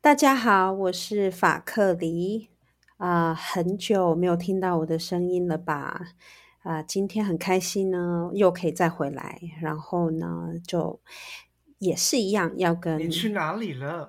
大家好，我是法克黎。很久没有听到我的声音了吧？今天很开心呢，又可以再回来，然后呢，就也是一样要你去跟哪里了？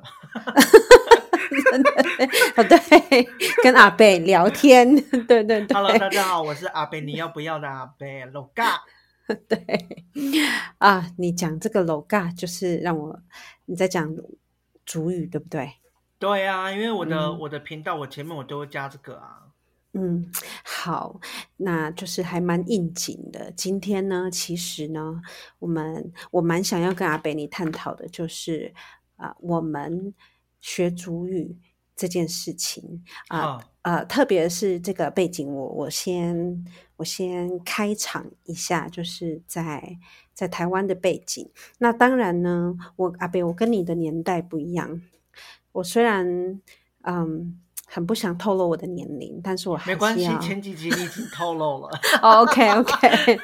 对，跟阿贝聊天，对对 Hello，大对家好，我是阿贝，你要不要的阿贝，Loga。 对你讲这个楼尬，就是你在讲主语，对不对？ 对啊，因为我的嗯。 我的频道，我前面我都会加这个啊。 嗯，好，那就是还蛮应景的。今天呢，其实呢，我蛮想要跟阿贝你探讨的，就是我们学主语这件事情好， 特别是这个背景我先开场一下，就是在台湾的背景。那当然呢，阿贝，我跟你的年代不一样。我虽然很不想透露我的年龄，但是我还没关系， 是要前几集你已经透露了。 OK OK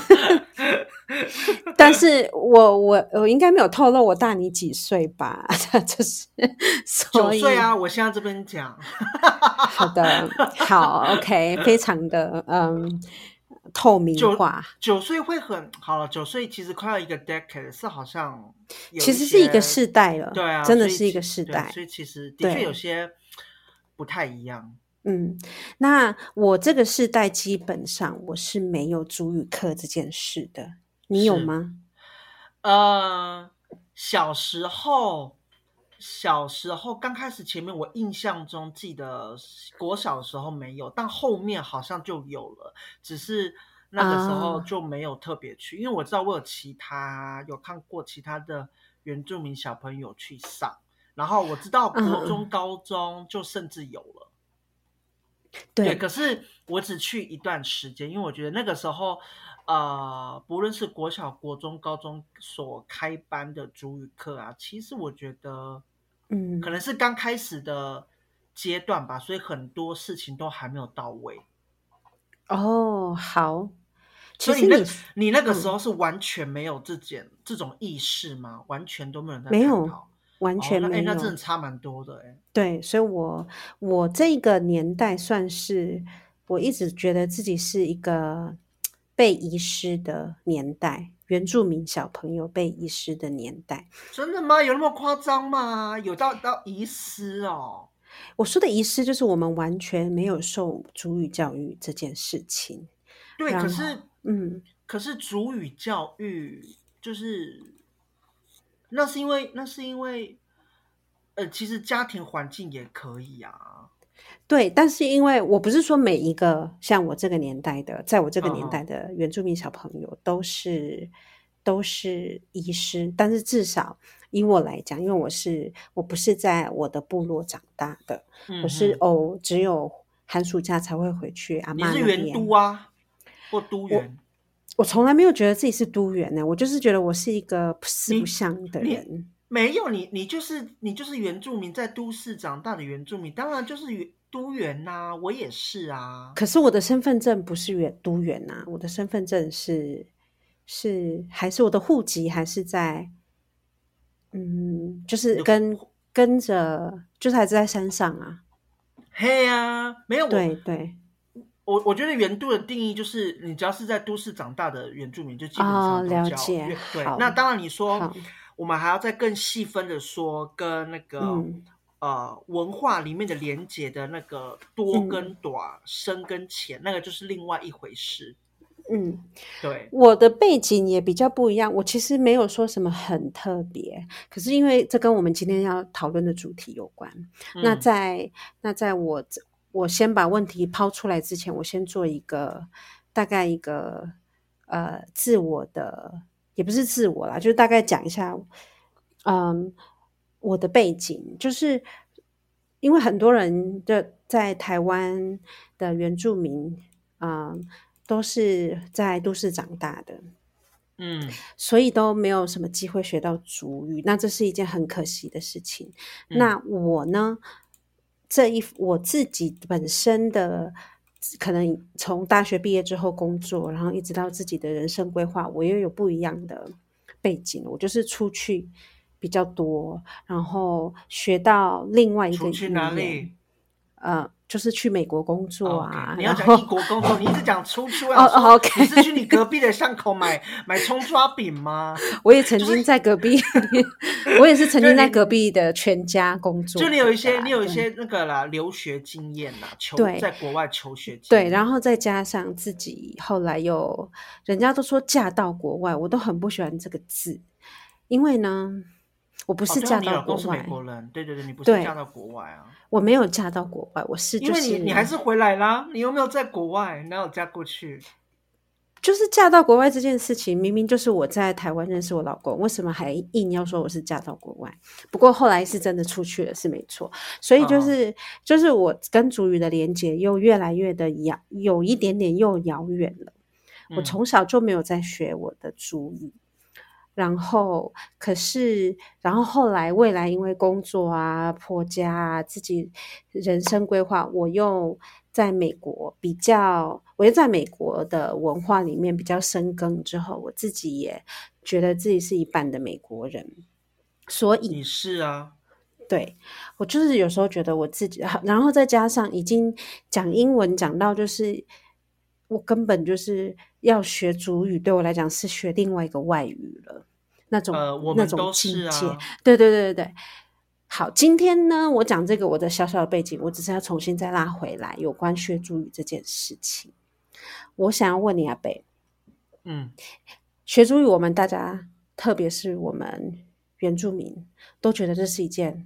但是我应该没有透露我大你几岁吧？就是所以 9岁啊，我现在这边讲。 好的好 OK 非常的透明九化， 九岁会很好了，9岁其实快要一个 decade，是好像有一其实是一个些。 世代了， 对啊， 真的是一个世对， 代。 所以其实的确有对， 些不太一样。 那我这个世代基本上我是没有主语课这件事的，你有是。 吗？ 呃，小时候，刚开始前面，我印象中记得国小的时候没有，但后面好像就有了，只是那个时候啊， 就没有特别去，因为我知道我有看过其他的原住民小朋友去上，然后我知道国中、 嗯嗯， 高中就甚至有了。对， 对。 可是我只去一段时间，因为我觉得那个时候，不论是国小、国中、高中所开班的主语课啊，其实我觉得可嗯， 能是刚开始的阶段吧，所以很多事情都还没有到位。 哦，好。其所以实你那个时候嗯， 是完全没有这种意识吗？完全都没有人在没有， 探讨。哦， 完全那真没有。 的差蛮多的哎。 对，所以我这个年代算是我一直觉得自己是一个被遗失的年代，原住民小朋友被遗失的年代。 真的吗？有那么夸张吗？有到遗失哦？ 我说的遗失就是我们完全没有受主语教育这件事情。 对，可然后， 是嗯。 主语教育就是那是因为其实家庭环境也可以啊。 对，但是因为我不是说每一个像我这个年代的，在我这个年代呵呵。 的原住民小朋友都是医师，但是至少以我来讲，因为我不是在我的部落长大的，我是嗯哼。 只有寒暑假才会回去阿嬷你是原都那边。 啊，或都我原？ 我从来没有觉得自己是都员呢，我就是觉得我是一个四不你像的你人。 没有你就是原住民，在都市长大的原住民，当然就是都原呐、我也是啊。 可是我的身份证不是都员呐，我的身份证还是我的户籍还是在就是你的跟着，就是还是在山上啊。 嘿啊，没有我。 对对我觉得原都的定义就是，你只要是在都市长大的原住民，就基本上都了解， 叫对。 好那当然，你说好， 我们还要再更细分的说，跟那个嗯文化里面的连结的那个多跟嗯短、深跟浅，那个就是另外一回事。 嗯， 对。 我的背景也比较不一样，我其实没有说什么很特别，可是因为这跟我们今天要讨论的主题有关。那嗯。 在我先把问题抛出来之前，我先做大概一个自我的，也不是自我啦，就是大概讲一下，嗯，我的背景，就是因为很多人在台湾的原住民，嗯，都是在都市长大的， 嗯。 所以都没有什么机会学到族语，那这是一件很可惜的事情。 嗯。 那我呢，我自己本身的，可能从大学毕业之后工作，然后一直到自己的人生规划，我又有不一样的背景。我就是出去比较多，然后学到另外一个去语言。 哪里？ 就是去美国工作 OK， 啊， 你要讲然后异国工作，你一直讲出去，我想说 OK 你是去你隔壁的巷口买葱抓饼吗？ 我也曾经在隔壁，我也是曾经在隔就壁的全家工作你过的啦。 有一些那个啦留学经验啦， 对在国外求学经对， 验。 然后再加上自己后来又，人家都说嫁到国外，我都很不喜欢这个字，因为呢，我不哦，对啊， 是嫁到你老公是美国外， 国人，对对对，你不是嫁对， 到国外啊？ 我没有嫁到国外，我是因为你还是回来啦，你又没有在国外，哪有嫁过去？ 就是嫁到国外这件事情，明明就是我在台湾认识我老公，为什么还硬要说我是嫁到国外？不过后来是真的出去了，是没错。所以就是我跟族语的连结又越来越的有一点点又遥远了。我从小就没有在学我的族语。然后后来未来因为工作啊、婆家啊、自己人生规划，我又在美国的文化里面比较深耕之后，我自己也觉得自己是一半的美国人，所以你是啊， 对，我就是有时候觉得我自己，然后再加上已经讲英文讲到就是我根本就是要学族语，对我来讲是学另外一个外语了，那种我们都是境界。 啊。 对对对对对。好，今天呢，我讲这个我的小小的背景，我只是要重新再拉回来有关学族语这件事情。我想要问你阿北，学族语我们大家，特别是我们原住民，都觉得这是一件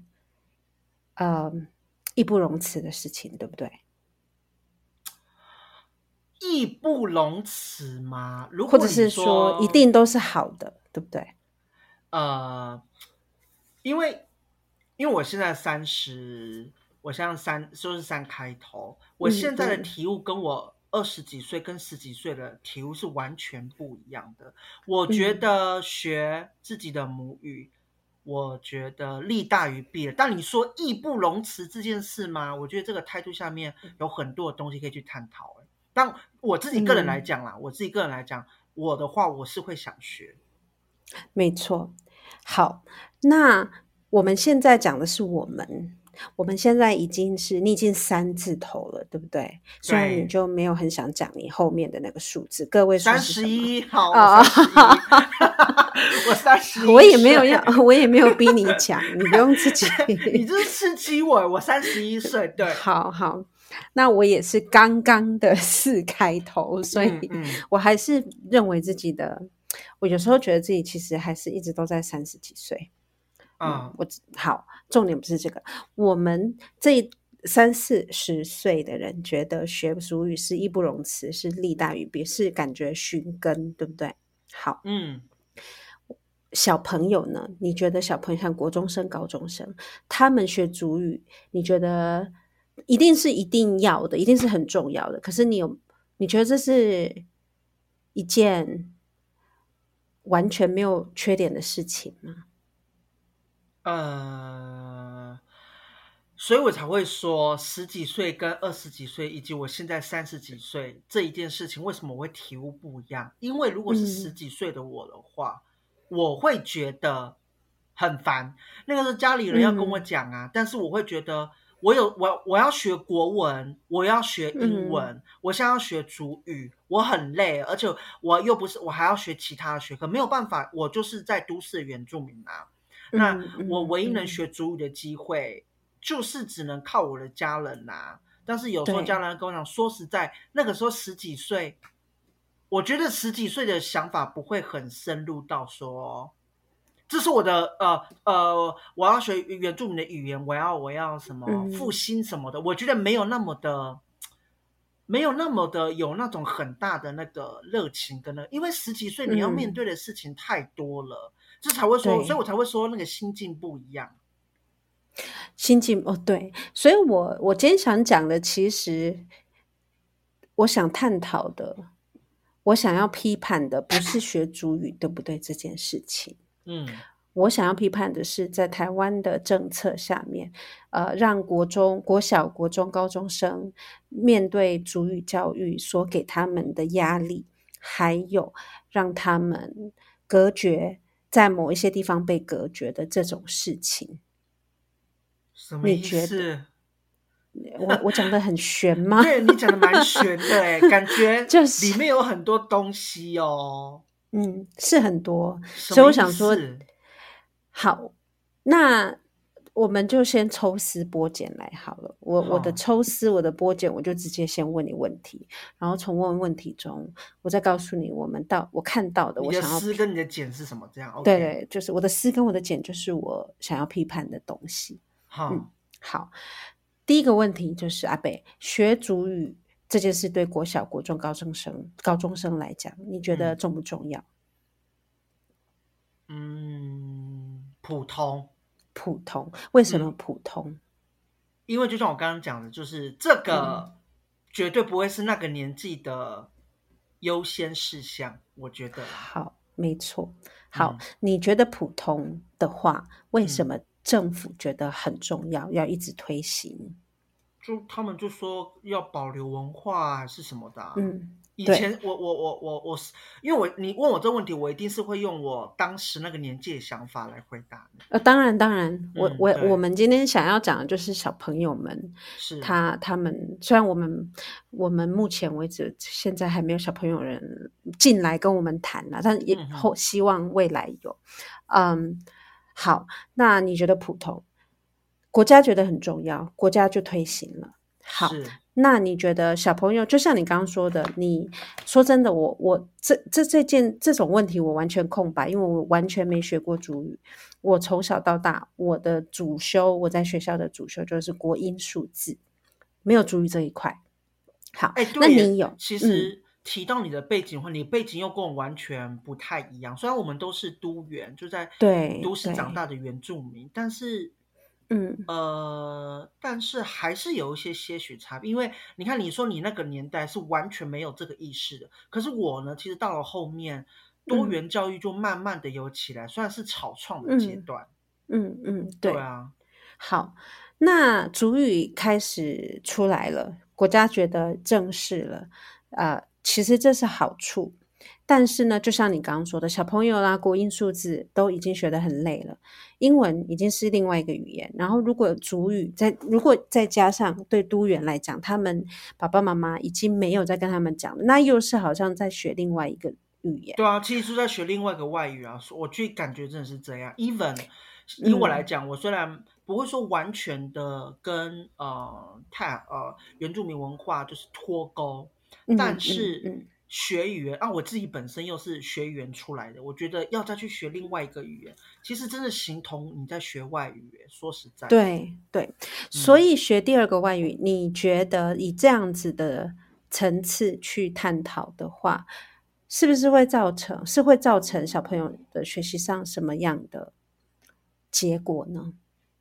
义不容辞的事情，对不对？ 义不容辞吗？如或者果你是说一定都是好的，对不对？ 因为我现在我现在就是3开头，我现在的体悟跟我20几岁跟10几岁的体悟是完全不一样的。我觉得学自己的母语，我觉得利大于弊了。但你说义不容辞这件事吗？我觉得这个态度下面有很多的东西可以去探讨。但我自己个人来讲啦，我的话我是会想学。 没错。好，那我们现在讲的是我们现在你已经3字头了，对不对？虽然你就没有很想讲你后面的那个数字，个位数是什么 ？31，好，我31，我31， 我也没有逼你讲，你不用自己。 你这是刺激我31岁，对。 好，那我也是刚刚的4开头，所以我还是认为自己的，我有时候觉得自己其实还是一直都在30几岁。好，重点不是这个，我们这30-40岁的人觉得学族语是义不容辞，是利大于弊，是感觉寻根，对不对？好，小朋友呢？你觉得小朋友像国中生、高中生，他们学族语，你觉得一定要的，一定是很重要的。可是你觉得这是一件完全没有缺点的事情吗？ 所以我才会说10几岁跟20几岁以及我现在30几岁这一件事情，为什么我会体悟不一样？因为如果是10几岁的我的话，我会觉得很烦。那个时候家里人要跟我讲啊，但是我会觉得我要学国文，我要学英文，我现在要学族语，我很累，而且我还要学其他的学科，没有办法，我就是在都市的原住民啊。那我唯一能学族语的机会，就是只能靠我的家人啊。但是有时候家人跟我讲，说实在，那个时候10几岁，我觉得10几岁的想法不会很深入到说，这是我的我要学原住民的语言，我要什么复兴什么的，我觉得没有那么的有那种很大的那个热情跟因为10几岁你要面对的事情太多了。这才会说，所以我才会说那个心境不一样。 心境对，所以我今天想讲的，其实我想探讨的，我想要批判的，不是学族语对不对这件事情。我想要批判的是，在台湾的政策下面，让国小、国中、高中生面对族语教育所给他们的压力，还有让他们隔绝在某一些地方被隔绝的这种事情， 什么意你觉得？ 思？ 我讲的很玄吗？ 对，你讲的蛮玄的欸，感觉就是里面有很多东西哦。 是很多，所以什么意我想说， 思？ 好，那我们就先抽丝剥茧来好了。我的好， 抽丝，我的剥茧，我就直接先问你问题，然后从问题中，我再告诉你我看到的， 你的我想要丝跟你的茧是什么？这样对 ，OK。 对，就是我的丝跟我的茧，就是我想要批判的东西。 好， 好，第一个问题就是阿北学族语这件事对国小、国中、高中生来讲，你觉得重不重要？ 普通。 普通，为什么嗯， 普通？ 因为就像我刚刚讲的，就是这个绝对不会是那个年纪的优先事项，我觉得啦。 好，没错。好， 嗯你觉得普通的话，为什嗯， 么政府觉得很重要，要一直推行？ 就他们就说要保留文化还是什么的啊。以对， 前我是因为你问我这个问题，我一定是会用我当时那个年纪的想法来回答你。 当然，当然，我对， 们今天想要讲的就是小朋友们， 是， 他们虽然我们目前为止现在还没有小朋友人进来跟我们谈啦，但也希望未来有。好，那你觉得普通？国家觉得很重要，国家就推行了。好， 是， 那你觉得小朋友，就像你刚刚说的，你说真的，我这种问题我完全空白，因为我完全没学过族语。我从小到大，我的主修，我在学校的主修就是国音数字，没有族语这一块。好， 哎， 那对耶， 你有？ 其实提到你的背景或你背景又跟我完全不太一样。虽然我们都是都原，就在对都市长对， 大的原住民，但是嗯但是还是有一些许差别。因为你看，你说你那个年代是完全没有这个意识的，可是我呢，其实到了后面，多嗯元教育就慢慢的有起来，算是草创的阶嗯段。对对。 啊， 好，那主语开始出来了，国家觉得正视了，其实这是好处。但是呢，就像你刚刚说的，小朋友啦，国音数字都已经学得很累了，英文已经是另外一个语言。然后，如果再加上对都元来讲，他们爸爸妈妈已经没有在跟他们讲了，那又是好像在学另外一个语言。 对啊，其实是在学另外一个外语啊，我去感觉真的是这样。even 以我来嗯讲，我虽然不会说完全的跟原住民文化就是脱钩，但嗯嗯是嗯， 学语言啊，我自己本身又是学语言出来的，我觉得要再去学另外一个语言，其实真的形同你在学外语耶。说实在的， 对对，所以学第二个外语，你觉得以这样子的层次去探讨的话，是不是会造成小朋友的学习上什么样的结果呢？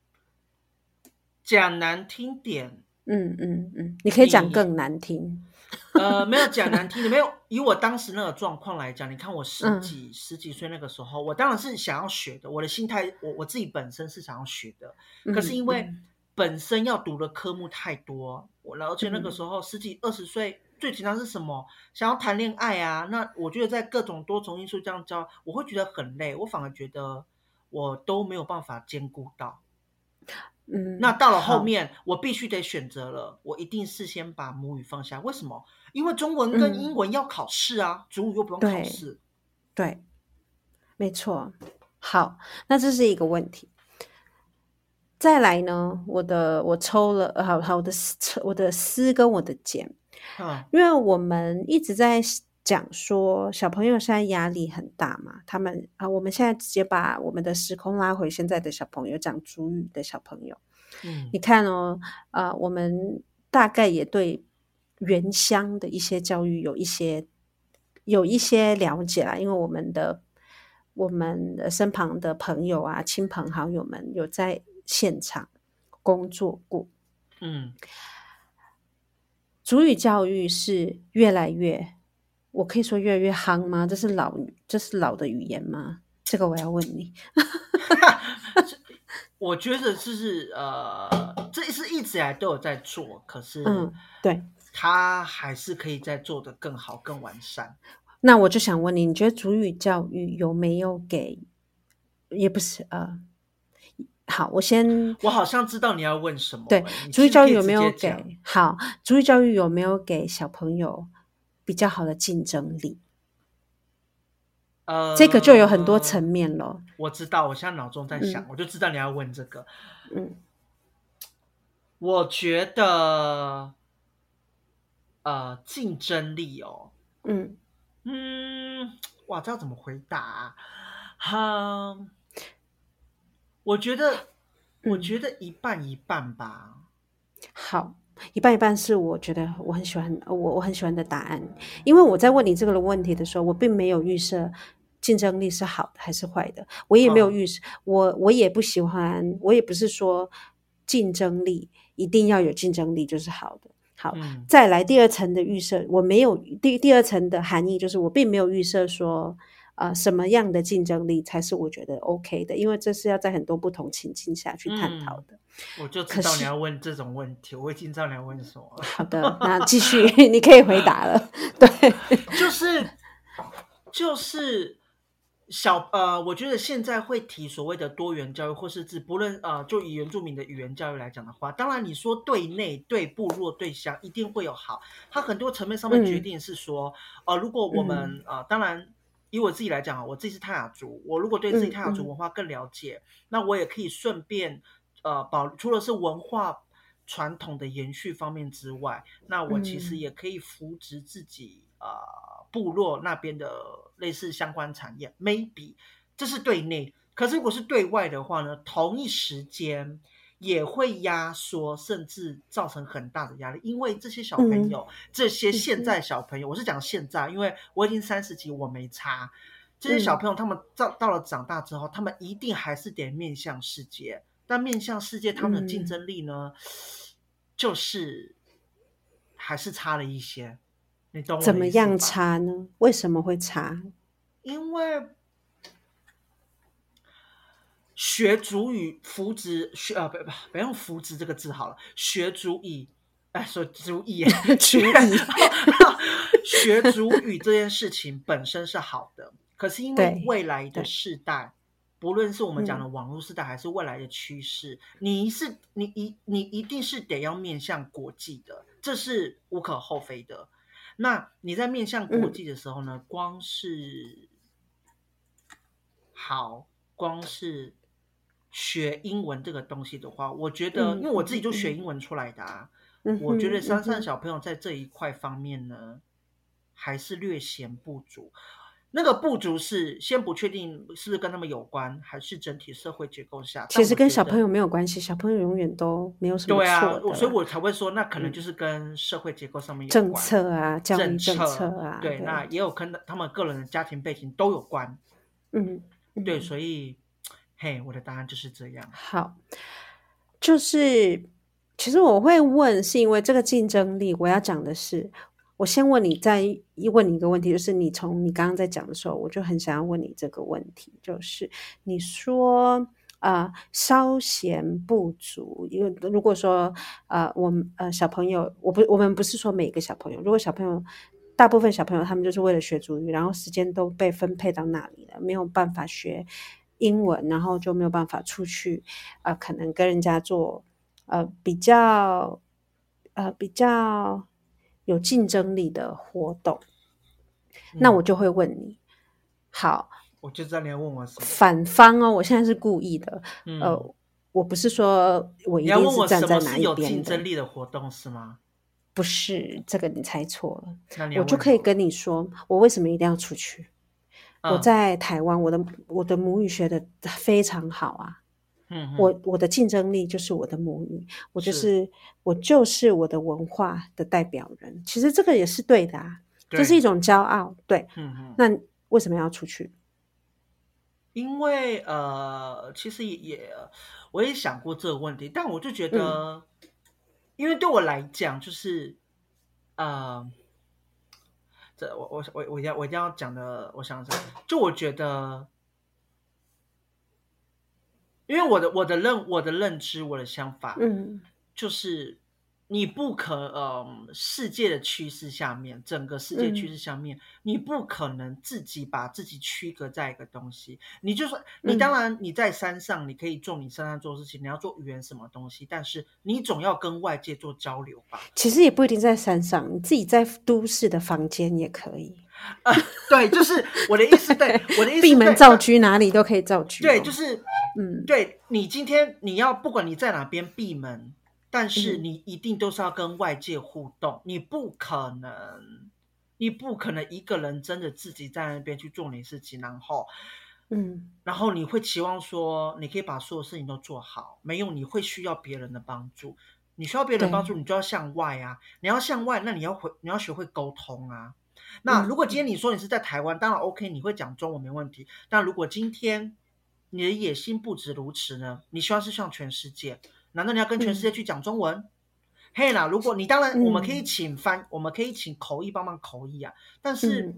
讲难听点， 你可以讲你更难听。 没有讲难听的，没有。以我当时那个状况来讲，你看我嗯十几岁那个时候，我当然是想要学的，我的心态，我自己本身是想要学的。可是因为本身要读的科目太多，而且那个时候十几二十岁，最紧张是什么？想要谈恋爱啊。那我觉得在各种多重因素这样教，我会觉得很累，我反而觉得我都没有办法兼顾到。那到了后好， 面，我必须得选择了，我一定是先把母语放下。为什么？因为中文跟英嗯， 文要考试啊，主语又不用考对试。 对，没错。好，那这是一个问题。再来呢，我抽了，我的丝跟我的茧， 嗯因为我们一直在讲说小朋友现在压力很大嘛，我们现在直接把我们的时空拉回现在的小朋友，讲主语的小朋友， 嗯你看哦，我们大概也对原乡的一些教育有一些了解啦，因为我们的身旁的朋友啊、亲朋好友们有在现场工作过。 嗯， 族语教育是越来越，我可以说越来越夯吗？这是老的语言吗？这个我要问你。 我觉得这是一直以来都有在做，可是对。 它还是可以再做得更好、更完善。 那我就想问你，你觉得族语教育有没有给也不是好，我好像知道你要问什么。 对，族语教育有没有给好？族语教育有没有给小朋友比较好的竞争力？这个就有很多层面了。 我知道，我现在脑中在想，我就知道你要问这个。我觉得竞争力哦，哇，这要怎么回答啊？我觉得一半一半吧。 好，一半一半是我觉得我很喜欢我很喜欢的答案，因为我在问你这个问题的时候，我并没有预设竞争力是好的还是坏的，我也没有预设，我也不喜欢，我也不是说竞争力一定要有竞争力就是好的。好，再来第二层的预设，我没有第二层的含义，就是我并没有预设说什么样的竞争力才是我觉得 OK 的，因为这是要在很多不同情境下去探讨的。 我就知道你要问这种问题，我已经知道你要问什么了。 好的，那继续，你可以回答了。对， 就是我觉得现在会提所谓的多元教育，或是不论就以原住民的语言教育来讲的话，当然你说对内、对部落、对乡一定会有好，它很多层面上面决定是说，如果我们当然以我自己来讲，我自己是泰雅族，我如果对自己泰雅族文化更了解，那我也可以顺便除了是文化传统的延续方面之外，那我其实也可以扶植自己部落那边的类似相关产业 ，maybe 这是对内。可是如果是对外的话呢，同一时间也会压缩，甚至造成很大的压力，因为这些小朋友，这些现在小朋友，我是讲现在，因为我已经30几，我没差。这些小朋友他们到了长大之后，他们一定还是得面向世界，但面向世界他们的竞争力呢，就是还是差了一些。你懂我的意思吧？ 怎么样差呢？为什么会差？ 因为学族语扶植不用扶植这个字好了，学族语，说族语，学族语这件事情本身是好的，可是因为未来的世代，不论是我们讲的网络世代还是未来的趋势，你一定是得要面向国际的，这是无可厚非的。那你在面向国际的时候呢，光是学英文这个东西的话，我觉得因为我自己就学英文出来的啊，我觉得山上小朋友在这一块方面呢还是略显不足。那个不足是先不确定是不是跟他们有关，还是整体社会结构下， 其实跟小朋友没有关系，小朋友永远都没有什么错的， 所以我才会说那可能就是跟社会结构上面有关，政策啊，教育政策啊， 对，那也有跟他们个人的家庭背景都有关。对，所以我的答案就是这样。 好，就是其实我会问是因为这个竞争力，我要讲的是，我先问你，再问你一个问题，就是你从你刚刚在讲的时候，我就很想要问你这个问题，就是你说稍嫌不足，因为如果说我们小朋友，我们不是说每个小朋友，如果小朋友大部分小朋友他们就是为了学族语，然后时间都被分配到那里了，没有办法学英文，然后就没有办法出去可能跟人家做比较有竞争力的活动，那我就会问你，好， 我就知道你要问我什么。 反方哦，我现在是故意的，我不是说我一定是站在哪一边的。 你要问我什么是有竞争力的活动是吗？ 不是，这个你猜错了。 那你要问我就可以跟你说，我为什么一定要出去？我在台湾，我的母语学的非常好啊。我的竞争力就是我的母语，我就是我的文化的代表人。其实这个也是对的啊，这是一种骄傲。对，那为什么要出去？ 因为其实我也想过这个问题，但我就觉得，因为对我来讲，就是这我一定要讲的，我想想，就我觉得。因为我的认知，我的想法，就是你不世界的趋势下面，整个世界趋势下面，你不可能自己把自己区隔在一个东西。你就说，你当然你在山上，你可以做你山上做事情，你要做语言什么东西，但是你总要跟外界做交流吧。 其实也不一定在山上，你自己在都市的房间也可以。 对，就是我的意思，对，我的意思， 闭门造车哪里都可以造车。 对，就是对，你今天你要不管你在哪边闭门，但是你一定都是要跟外界互动，你不可能一个人真的自己在那边去做你的事情，然后你会期望说你可以把所有事情都做好，没有，你会需要别人的帮助，你需要别人的帮助，你就要向外啊，你要向外，那你要学会沟通啊。那如果今天你说你是在台湾，当然 OK， 你会讲中文没问题，但如果今天你的野心不止如此呢？你希望是向全世界，难道你要跟全世界去讲中文？嘿啦，如果你当然我们可以请我们可以请口译帮忙口译啊，但是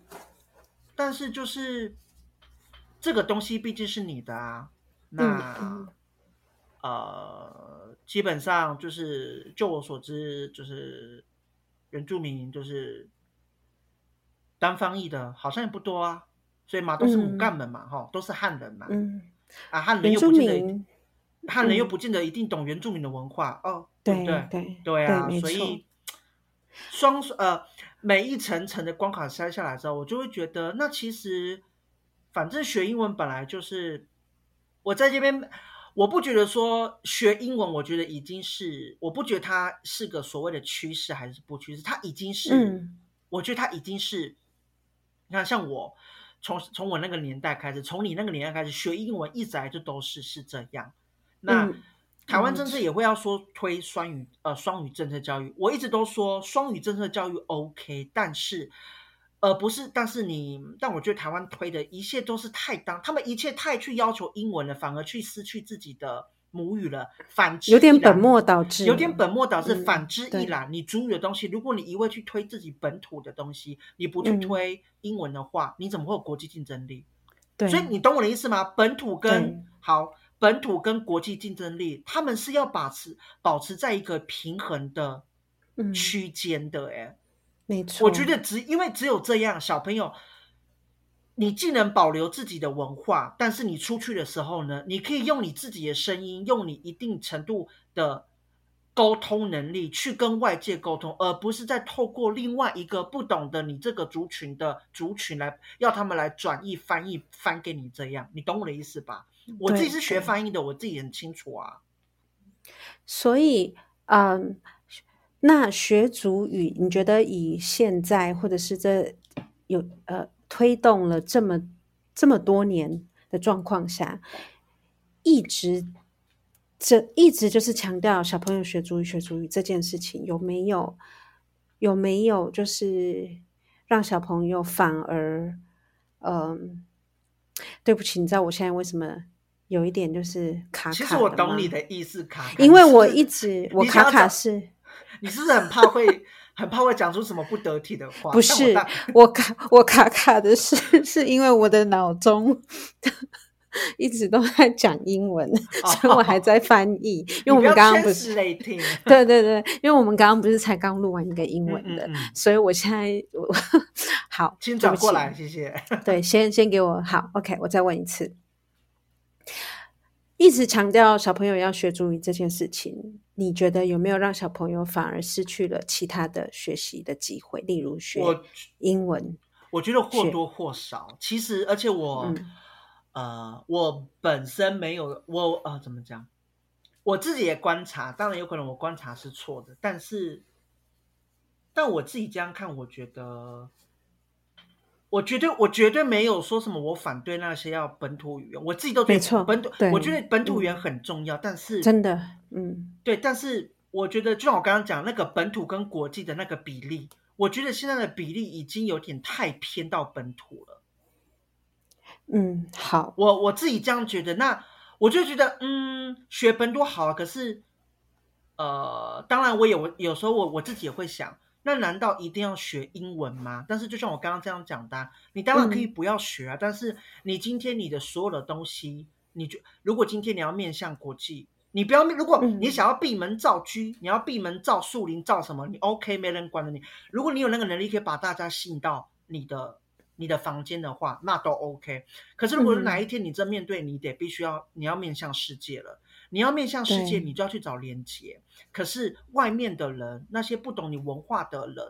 就是这个东西毕竟是你的啊，那基本上就是就我所知，就是原住民就是单翻译的，好像也不多啊，所以嘛都是母干们嘛，都是汉人嘛，汉人又不见得一定懂原住民的文化哦，对不对？对啊，所以每一层层的关卡筛下来之后，我就会觉得，那其实反正学英文本来就是我在这边。我不觉得说学英文，我觉得已经是，我不觉得它是个所谓的趋势还是不趋势，它已经是，我觉得它已经是，你看像我从我那个年代开始，从你那个年代开始学英文，一直来就都是这样。那台湾政策也会要说推双语政策教育，我一直都说双语政策教育 OK， 但是。不是，但我觉得台湾推的一切都是他们一切太去要求英文了，反而去失去自己的母语了。反之， 有点本末倒置。 反之亦然。你主语的东西，如果你一味去推自己本土的东西，你不去推英文的话，你怎么会有国际竞争力？对，所以你懂我的意思吗？本土跟国际竞争力，他们是要保持在一个平衡的区间的， 没错， 我觉得因为只有这样，小朋友，你既能保留自己的文化，但是你出去的时候呢，你可以用你自己的声音，用你一定程度的沟通能力去跟外界沟通，而不是再透过另外一个不懂得你这个族群来要他们来转译翻给你，这样你懂我的意思吧？我自己是学翻译的，我自己很清楚啊。 所以那学族语，你觉得以现在或者是这推动了这么多年的状况下，一直就是强调小朋友学族语这件事情，有没有就是让小朋友反而对不起，你知道我现在为什么有一点就是卡卡的吗？ 其实我懂你的意思，卡， 因为我卡是。 你是不是很怕会讲出什么不得体的话？ 不是，我卡的是因为我的脑中一直都在讲英文，所以我还在翻译。因为我们刚刚不是对，因为我们刚刚不是才刚录完一个英文的，所以我现在好， 请转过来，谢谢。 对，先给我好 ，OK， 我再问一次。一直强调小朋友要学族语这件事情，你觉得有没有让小朋友反而失去了其他的学习的机会，例如学英文？ 我觉得或多或少。其实，而且我本身没有怎么讲？我自己也观察，当然有可能我观察是错的，但我自己这样看，我觉得。我绝对没有说什么我反对那些要本土语言，我自己都觉得本土，我觉得本土语言很重要，但是真的， 对，但是我觉得就像我刚刚讲那个本土跟国际的那个比例，我觉得现在的比例已经有点太偏到本土了。 好， 我自己这样觉得，那我就觉得学本土好，可是当然有时候我自己也会想。那难道一定要学英文吗？但是就像我刚刚这样讲的，你当然可以不要学但是你今天你的所有的东西，如果今天你要面向国际， 你不要，如果你想要闭门造车，你要闭门造树林造什么，你 OK 没人管着你。如果你有那个能力可以把大家吸引到你的房间的话，那都 OK。可是如果哪一天你真面对，你必须要你要面向世界了，你要面向世界，你就要去找连结。可是外面的人，那些不懂你文化的人，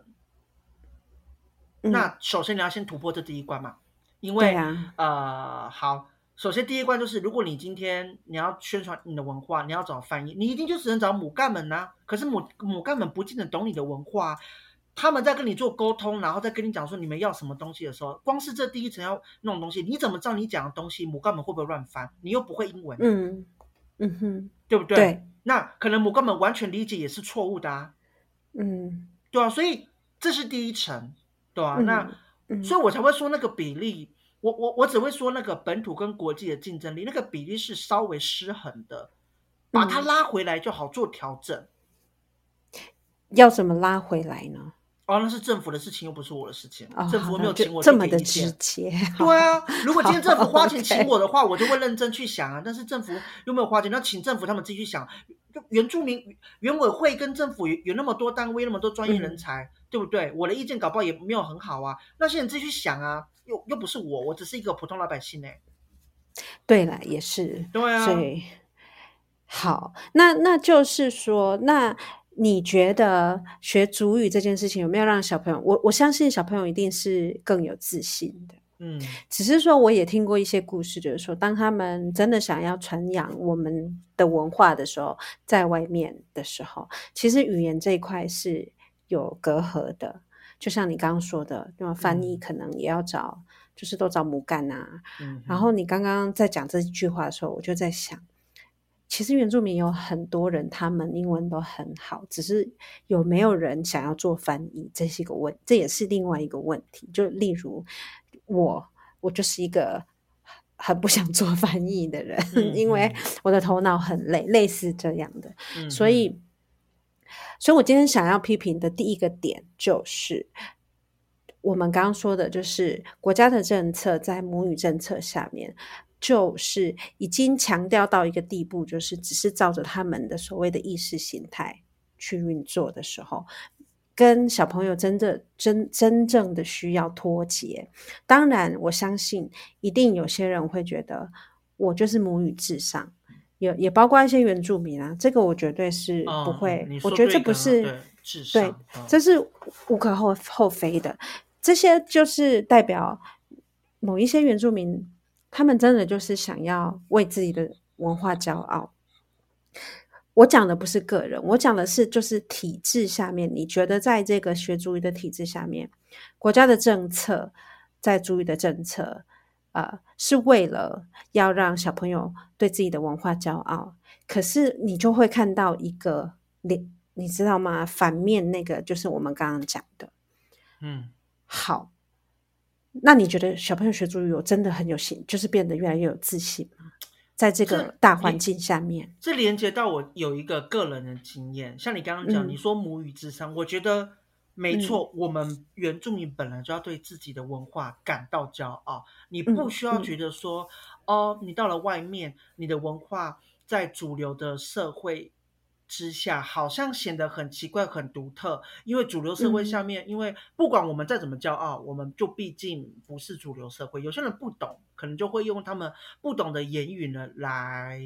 那首先你要先突破这第一关嘛，因为好。首先第一关就是，如果你今天你要宣传你的文化，你要找翻译，你一定就只能找母干们啊。可是母干们不见得懂你的文化，他们在跟你做沟通，然后再跟你讲说你们要什么东西的时候，光是这第一层要那种东西，你怎么知道你讲的东西母干们会不会乱翻？你又不会英文，对不对？对，那可能母干们完全理解也是错误的啊。对啊，所以这是第一层，对啊，那所以我才会说那个比例。我只会说那个本土跟国际的竞争力，那个比例是稍微失衡的，把它拉回来就好做调整。 要怎么拉回来呢？ 那是政府的事情，又不是我的事情。政府没有请我这么的直接。 对啊，如果今天政府花钱请我的话，我就会认真去想啊。但是政府又没有花钱，那请政府他们自己去想。原住民原委会跟政府有那么多单位，那么多专业人才，对不对？我的意见搞不好也没有很好啊。那些人自己去想啊，又不是我只是一个普通老百姓对了，也是。 对啊。 所以好，那就是说，那你觉得学族语这件事情有没有让小朋友？我相信小朋友一定是更有自信的。只是说我也听过一些故事，就是说当他们真的想要传扬我们的文化的时候，在外面的时候，其实语言这一块是有隔阂的。就像你刚刚说的，翻译可能也要找，就是都找母干啊。然后你刚刚在讲这句话的时候，我就在想，其实原住民有很多人，他们英文都很好，只是有没有人想要做翻译，这也是另外一个问题。就例如我就是一个很不想做翻译的人，因为我的头脑很累，类似这样的。所以我今天想要批评的第一个点就是我们刚刚说的，就是国家的政策在母语政策下面，就是已经强调到一个地步，就是只是照着他们的所谓的意识形态去运作的时候，跟小朋友真正的需要脱节。当然我相信一定有些人会觉得我就是母语至上，也包括一些原住民啊，这个我绝对是不会，我觉得这不是对，这是无可厚非的。这些就是代表某一些原住民，他们真的就是想要为自己的文化骄傲。我讲的不是个人，我讲的是就是体制下面，你觉得在这个学族语的体制下面，国家的政策，在族语的政策是为了要让小朋友对自己的文化骄傲，可是你就会看到一个你知道吗？反面那个就是我们刚刚讲的。好，那你觉得小朋友学族语有真的很有信，就是变得越来越有自信吗？在这个大环境下面， 这连接到我有一个个人的经验，像你刚刚讲，你说母语至上，我觉得没错，我们原住民本来就要对自己的文化感到骄傲，你不需要觉得说，你到了外面，你的文化在主流的社会之下好像显得很奇怪很独特，因为主流社会下面，因为不管我们再怎么骄傲，我们就毕竟不是主流社会，有些人不懂，可能就会用他们不懂的言语呢来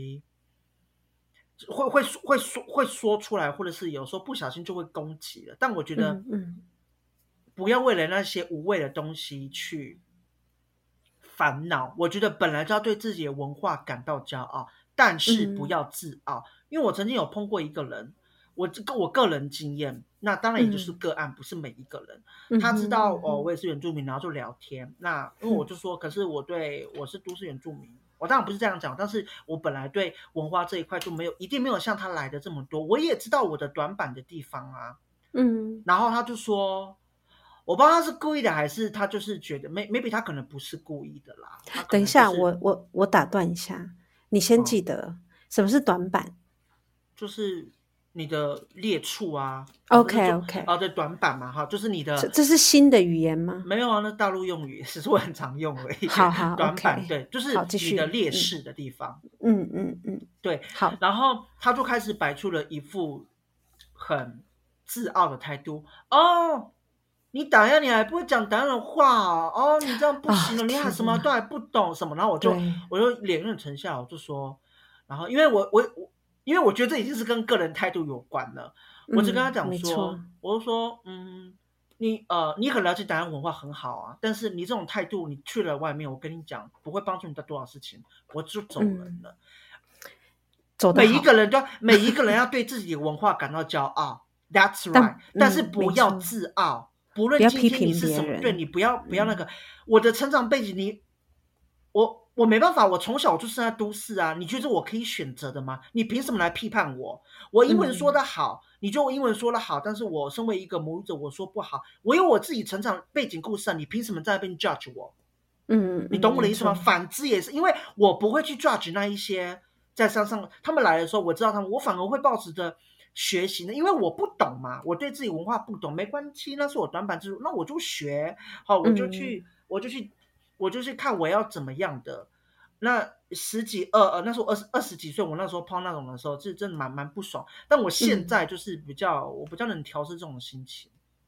会说出来，或者是有时候不小心就会攻击了。但我觉得不要为了那些无谓的东西去烦恼，我觉得本来就要对自己的文化感到骄傲，但是不要自傲。因为我曾经有碰过一个人，我个人经验，那当然也就是个案，不是每一个人。他知道我也是原住民，然后就聊天。那因为我就说，可是我是都市原住民，我当然不是这样讲，但是我本来对文化这一块就一定没有像他来的这么多。我也知道我的短板的地方啊。然后他就说，我不知道他是故意的还是他就是觉得 maybe 他可能不是故意的啦。 等一下，我打断一下，你先记得什么是短板？ 就是你的列处啊 OK OK， 对，短板嘛哈，就是你的这是新的语言吗？ 没有啊，那大陆用语只是我很常用而已。 好好短板 OK， 对，就是好继你的续， 劣势的地方。对， 好， 然后他就开始摆出了一副很自傲的态度。哦，你打样你还不会讲打样的话哦，你这样不行了，你还什么都还不懂什么，然后我就脸很沉下，我就说，然后因为因为我觉得这已经是跟个人态度有关了，我只跟他讲说，我就说，你很了解台湾文化很好啊，但是你这种态度，你去了外面，我跟你讲，不会帮助你到多少事情，我就走人了。每一个人要对自己的文化感到骄傲 ，That's right，但是不要自傲，不论今天你是什么，对你不要那个。我的成长背景，我没办法，我从小就是在都市啊，你觉得我可以选择的吗？你凭什么来批判我？我英文说得好，你觉得我英文说得好，但是我身为一个母语者，我说不好，我有我自己成长背景故事啊，你凭什么在那边 judge 我？你懂我的意思吗？反之也是，因为我不会去 judge 那一些在山上他们来的时候，我知道他们，我反而会抱持着学习的，因为我不懂嘛，我对自己文化不懂，没关系，那是我短板之处，那我就学，好，我就去看我要怎么样的。那那时候二十几岁，我那时候碰那种的时候，是真的蛮不爽。但我现在就是我比较能调试这种心情。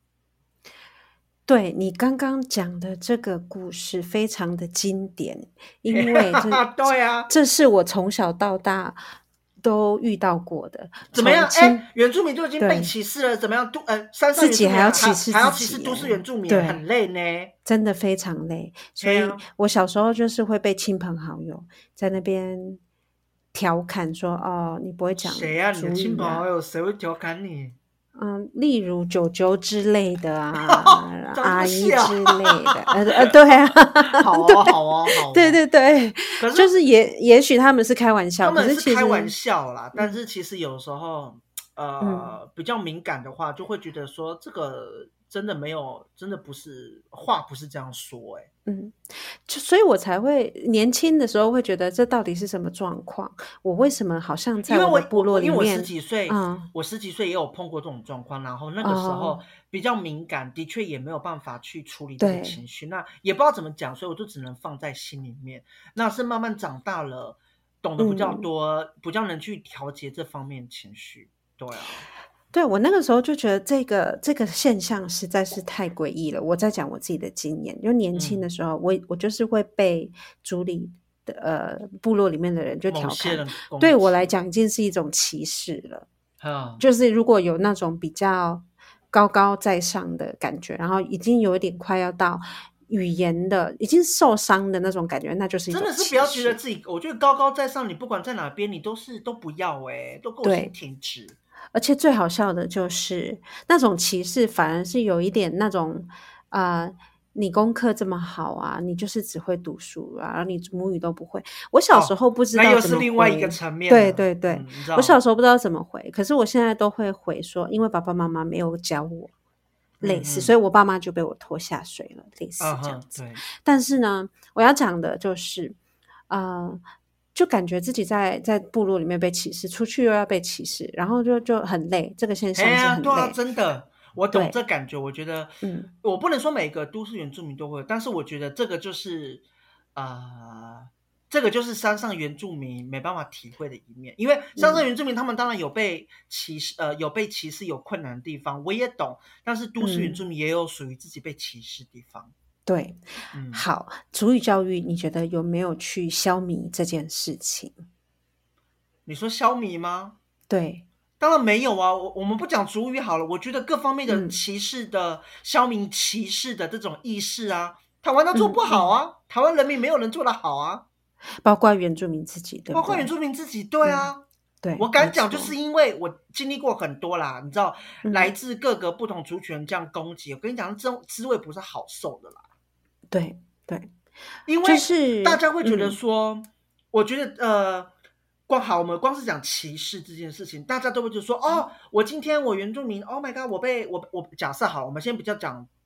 对，你刚刚讲的这个故事非常的经典，因为对啊， 这是我从小到大都遇到过的。 怎么样？原住民就已经被歧视了，怎么样？山上原住民自己还要歧视都市原住民，很累呢， 真的非常累。所以我小时候就是会被亲朋好友在那边调侃说：“哦，你不会讲谁啊？你的亲朋好友谁会调侃你？” 例如舅舅之类的啊，阿姨之类的，对啊， 好对，可是就是也许他们是开玩笑， 他们是开玩笑啦，但是其实有时候比较敏感的话，就会觉得说这个真的没有，真的不是话不是这样说所以我才会年轻的时候会觉得这到底是什么状况？我为什么好像在我的部落里面？ 因为我十几岁也有碰过这种状况，然后那个时候比较敏感，的确也没有办法去处理这个情绪，那也不知道怎么讲，所以我就只能放在心里面。那是慢慢长大了，懂得比较多，比较能去调节这方面情绪。对啊。 对，我那个时候就觉得这个现象实在是太诡异了。我在讲我自己的经验，就年轻的时候，我就是会被族里的部落里面的人就调侃，对我来讲已经是一种歧视了。就是如果有那种比较高高在上的感觉，然后已经有一点快要到语言的已经受伤的那种感觉，那就是一种真的是不要觉得自己，我觉得高高在上，你不管在哪边，你都不要都给我先停止。 而且最好笑的就是那种歧视反而是有一点那种你功课这么好啊，你就是只会读书啊，然后你母语都不会。我小时候不知道怎么回， 那又是另外一个层面。 对，我小时候不知道怎么回，可是我现在都会回说，因为爸爸妈妈没有教我，类似，所以我爸妈就被我拖下水了，类似这样子。但是呢，我要讲的就是就感觉自己在部落里面被歧视，出去又要被歧视，然后就很累，这个现象是很累。 对啊，真的，我懂这感觉。我觉得，我不能说每个都市原住民都会，但是我觉得这个就是这个就是山上原住民没办法体会的一面。因为山上原住民他们当然有被歧视，有困难的地方，我也懂。但是都市原住民也有属于自己被歧视的地方。 对，好，族语教育你觉得有没有去消弭这件事情？ 你说消弭吗？ 对， 当然没有啊。我们不讲族语好了，我觉得各方面的歧视的消弭歧视的这种意识啊，台湾都做不好啊，台湾人民没有人做得好啊， 包括原住民自己，对不对？ 包括原住民自己，对啊。 对， 我敢讲，就是因为我经历过很多啦，你知道，来自各个不同族群这样攻击，我跟你讲，这种滋味不是好受的啦。 对， 因为大家会觉得说，我觉得我们光是讲歧视这件事情，大家都会就说，我今天我原住民 ，Oh my god，我假设好，我们先比较讲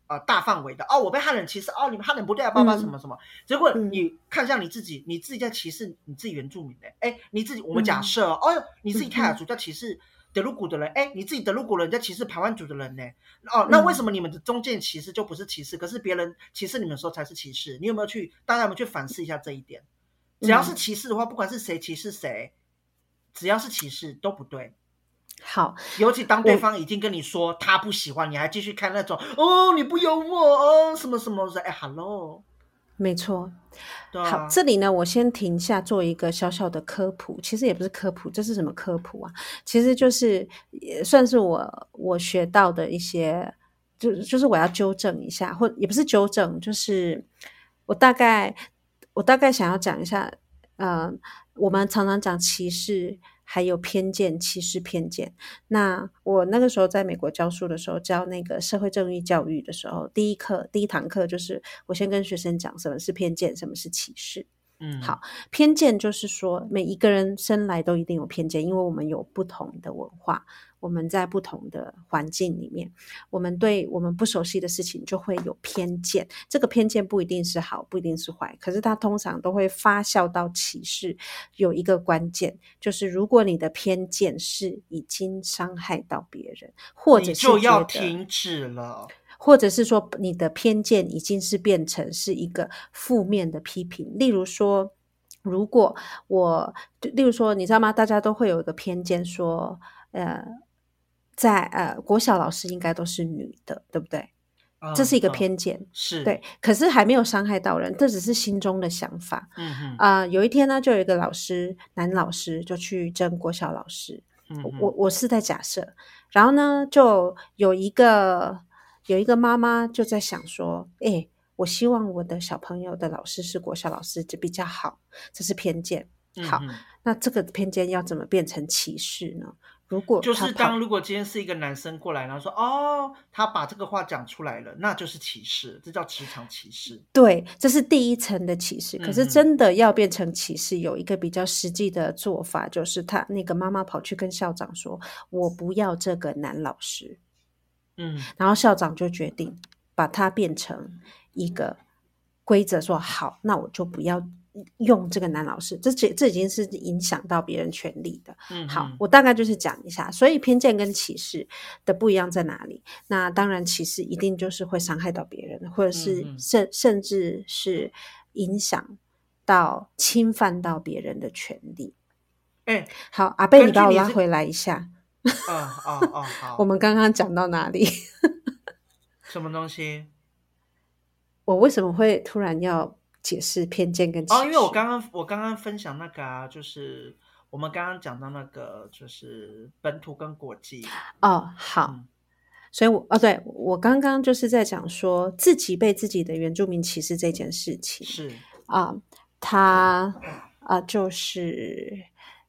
大范围的我被汉人歧视你们汉人不对啊，爸爸什么什么，结果你看向你自己在歧视你自己原住民你自己我们假设你自己泰雅族在歧视德鲁古的人你自己德鲁古人在歧视排湾族的人呢那为什么你们的中间歧视就不是歧视，可是别人歧视你们的时候才是歧视？你有没有去大家有没有去反思一下这一点？只要是歧视的话，不管是谁歧视谁，只要是歧视都不对。 好， 尤其当对方已经跟你说他不喜欢，你还继续看那种你不幽默什么什么的hello， 没错。 对好，这里呢我先停下做一个小小的科普，其实也不是科普，这是什么科普啊？其实就是也算是我学到的一些，就是我要纠正一下，或也不是纠正，就是我大概想要讲一下我们常常讲歧视还有偏见，歧视偏见。那我那个时候在美国教书的时候，教那个社会正义教育的时候，第一堂课就是我先跟学生讲什么是偏见，什么是歧视。好，偏见就是说每一个人生来都一定有偏见，因为我们有不同的文化，我们在不同的环境里面，我们对我们不熟悉的事情就会有偏见。这个偏见不一定是好，不一定是坏，可是它通常都会发酵到歧视。有一个关键就是如果你的偏见是已经伤害到别人，或者是你就要停止了， 或者是说你的偏见已经是变成是一个负面的批评。例如说你知道吗？大家都会有一个偏见说在国小老师应该都是女的，对不对？这是一个偏见， 是对，可是还没有伤害到人，这只是心中的想法。有一天呢，就有一个男老师就去征国小老师，我是在假设，然后呢，就有一个妈妈就在想说，我希望我的小朋友的老师是国小老师就比较好，这是偏见。好，那这个偏见要怎么变成歧视呢？如果今天是一个男生过来，然后说他把这个话讲出来了，那就是歧视，这叫职场歧视。 对，这是第一层的歧视。可是真的要变成歧视，有一个比较实际的做法，就是那个妈妈跑去跟校长说，我不要这个男老师。然后校长就决定把它变成一个规则，说好，那我就不要用这个男老师，这已经是影响到别人权利的。好，我大概就是讲一下，所以偏见跟歧视的不一样在哪里？那当然歧视一定就是会伤害到别人，或者是甚至是影响到侵犯到别人的权利。好，阿贝，你把我拉回来一下。 好， 我们刚刚讲到哪里？ 什么东西？ 我为什么会突然要解释偏见跟歧视？ 因为我刚刚分享那个就是我们刚刚讲到那个就是本土跟国际。 好。所以对，我刚刚就是在讲说自己被自己的原住民歧视这件事情。 是他就是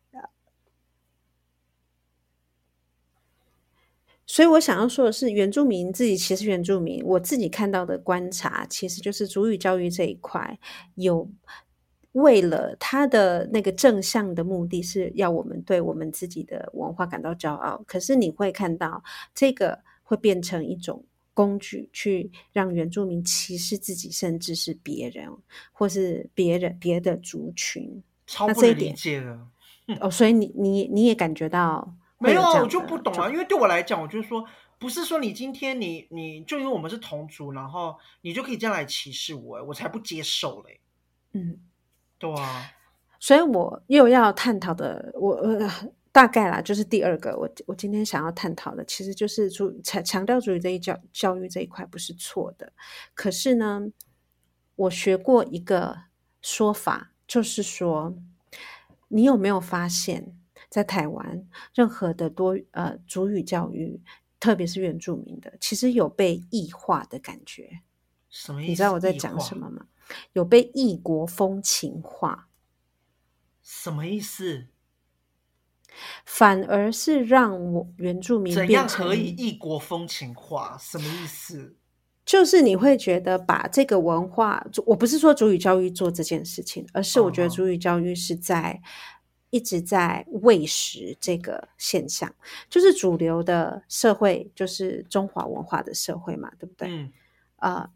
所以我想要说的是，原住民自己歧视原住民，我自己看到的观察，其实就是族语教育这一块有为了他的那个正向的目的是要我们对我们自己的文化感到骄傲，可是你会看到这个会变成一种工具，去让原住民歧视自己，甚至是别人，或是别的族群。 超不能理解的。 所以你也感觉到没有，我就不懂啊。因为对我来讲，我就说，不是说你今天你就因为我们是同族，然后你就可以这样来歧视我，我才不接受嘞。对啊。 所以我又要探讨的，大概啦，就是第二个，我今天想要探讨的，其实就是强调族语这一教育这一块不是错的，可是呢，我学过一个说法，就是说，你有没有发现，在台湾任何的族语教育，特别是原住民的，其实有被异化的感觉。 什么意思？ 你知道我在讲什么吗？有被异国风情化。 什么意思？ 反而是让原住民怎样可以异国风情化？什么意思？ 就是你会觉得把这个文化，我不是说族语教育做这件事情，而是我觉得族语教育是一直在喂食这个现象，就是主流的社会就是中华文化的社会嘛，对不对？ 呃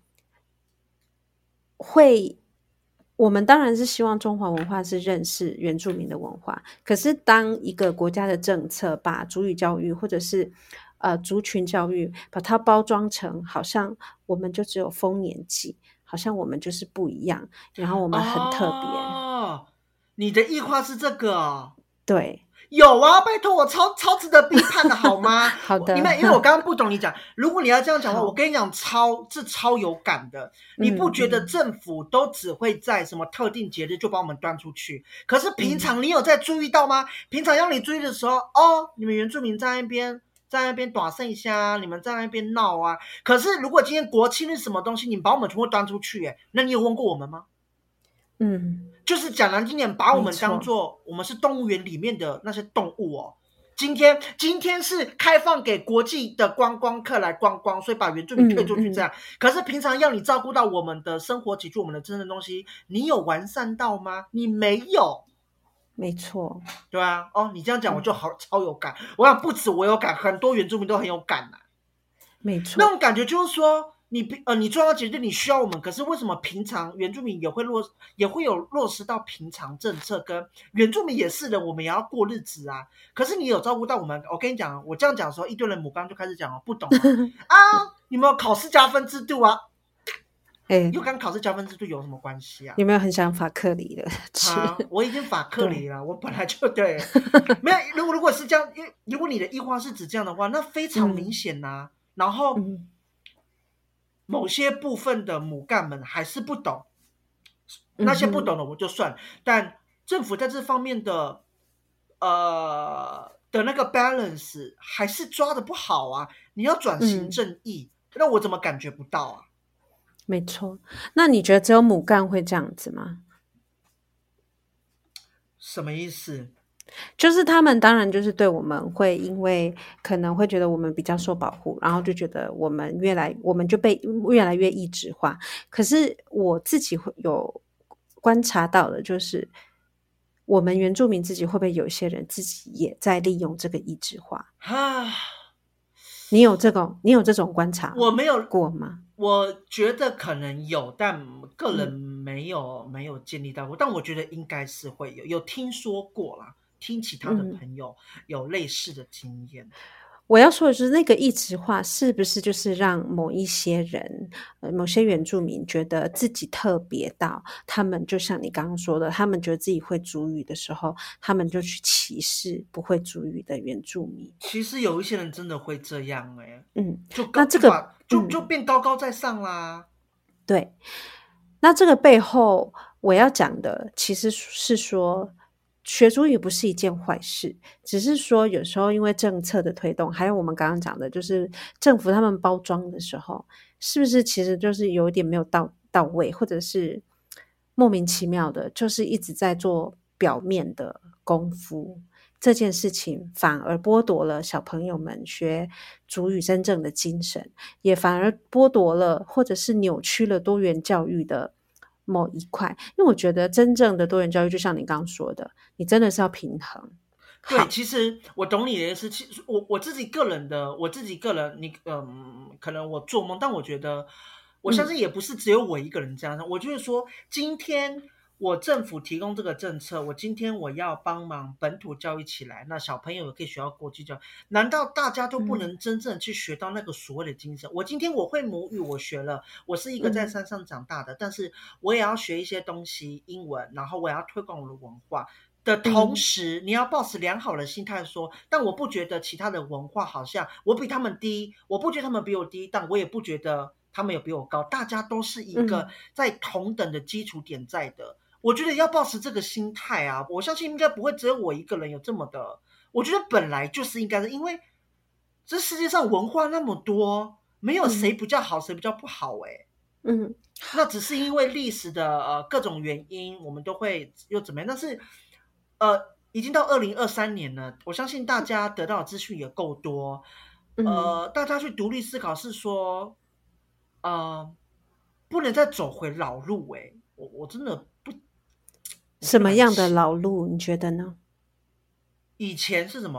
会，我们当然是希望中华文化是认识原住民的文化，可是当一个国家的政策把族语教育或者是族群教育把它包装成好像我们就只有丰年祭，好像我们就是不一样，然后我们很特别。 哦，你的异化是这个哦。 对， 有啊，拜托我超值得批判的好吗？ 好的， 因为我刚刚不懂你讲，如果你要这样讲的话，我好， 跟你讲超有感的。你不觉得政府都只会在什么特定节日就把我们端出去？可是平常你有在注意到吗？平常要你注意的时候，哦，你们原住民在那边打剩下，你们在那边闹啊。可是如果今天国庆日什么东西，你把我们全部端出去，那你有问过我们吗？就是讲难听点，把我们当做我们是动物园里面的那些动物哦。今天是开放给国际的观光客来观光，所以把原住民推出去这样。可是平常要你照顾到我们的生活起居，我们的真正东西，你有完善到吗？你没有。 没错， 对啊，哦，你这样讲我就超有感。我想不止我有感，很多原住民都很有感啊。 没错， 那种感觉就是说，你重要节日你需要我们，可是为什么平常原住民也会有落实到平常政策，跟原住民也是的，我们也要过日子啊。可是你有照顾到我们，我跟你讲，我这样讲的时候，一堆人母刚就开始讲不懂啊，你们有考试加分制度啊？又跟考试加分制度有什么关系啊？ 有没有很想法克里的？ 我已经法克里了，我本来就对，没有。如果是这样，如果你的异化是指这样的话，那非常明显啊。然后某些部分的母干们还是不懂，那些不懂的我就算，但政府在这方面的那个 balance 还是抓的不好啊。你要转型正义，那我怎么感觉不到啊？ 没错，那你觉得只有母干会这样子吗？ 什么意思？ 就是他们当然就是对我们会，因为可能会觉得我们比较受保护，然后就觉得我们就被越来越异质化。可是我自己会有观察到的，就是我们原住民自己会不会有一些人自己也在利用这个异质化？你有这种观察？ 我没有过吗？ 我觉得可能有，但个人没有建立到过，但我觉得应该是会有听说过啦，听其他的朋友有类似的经验。 我要说的就是那个异质化是不是就是让某一些人某些原住民觉得自己特别到他们就像你刚刚说的，他们觉得自己会族语的时候，他们就去歧视不会族语的原住民。 其实有一些人真的会这样那这个就变高高在上啦。 对，那这个背后我要讲的其实是说，学族语不是一件坏事，只是说有时候因为政策的推动，还有我们刚刚讲的，就是政府他们包装的时候，是不是其实就是有一点没有到位，或者是莫名其妙的，就是一直在做表面的功夫。这件事情反而剥夺了小朋友们学族语真正的精神，也反而剥夺了或者是扭曲了多元教育的某一块。因为我觉得真正的多元教育就像你刚刚说的，你真的是要平衡。 对，其实我懂你的意思。其实我自己个人，可能我做梦，但我觉得我相信也不是只有我一个人这样。我就是说，今天我政府提供这个政策，今天我要帮忙本土教育起来，那小朋友也可以学到国际教育，难道大家都不能真正去学到那个所谓的精神？我今天我会母语，我学了，我是一个在山上长大的，但是我也要学一些东西，英文，然后我也要推广我的文化的同时，你要抱持良好的心态说，但我不觉得其他的文化好像我比他们低，我不觉得他们比我低，但我也不觉得他们有比我高，大家都是一个在同等的基础点在的。我觉得要抱持这个心态啊，我相信应该不会只有我一个人有这么的。我觉得本来就是应该的，因为这世界上文化那么多，没有谁比较好，谁比较不好那只是因为历史的各种原因，我们都会又怎么样？但是已经到2023年了，我相信大家得到的资讯也够多，大家去独立思考是说，不能再走回老路我真的不。 什么样的老路？你觉得呢？ 以前是什么？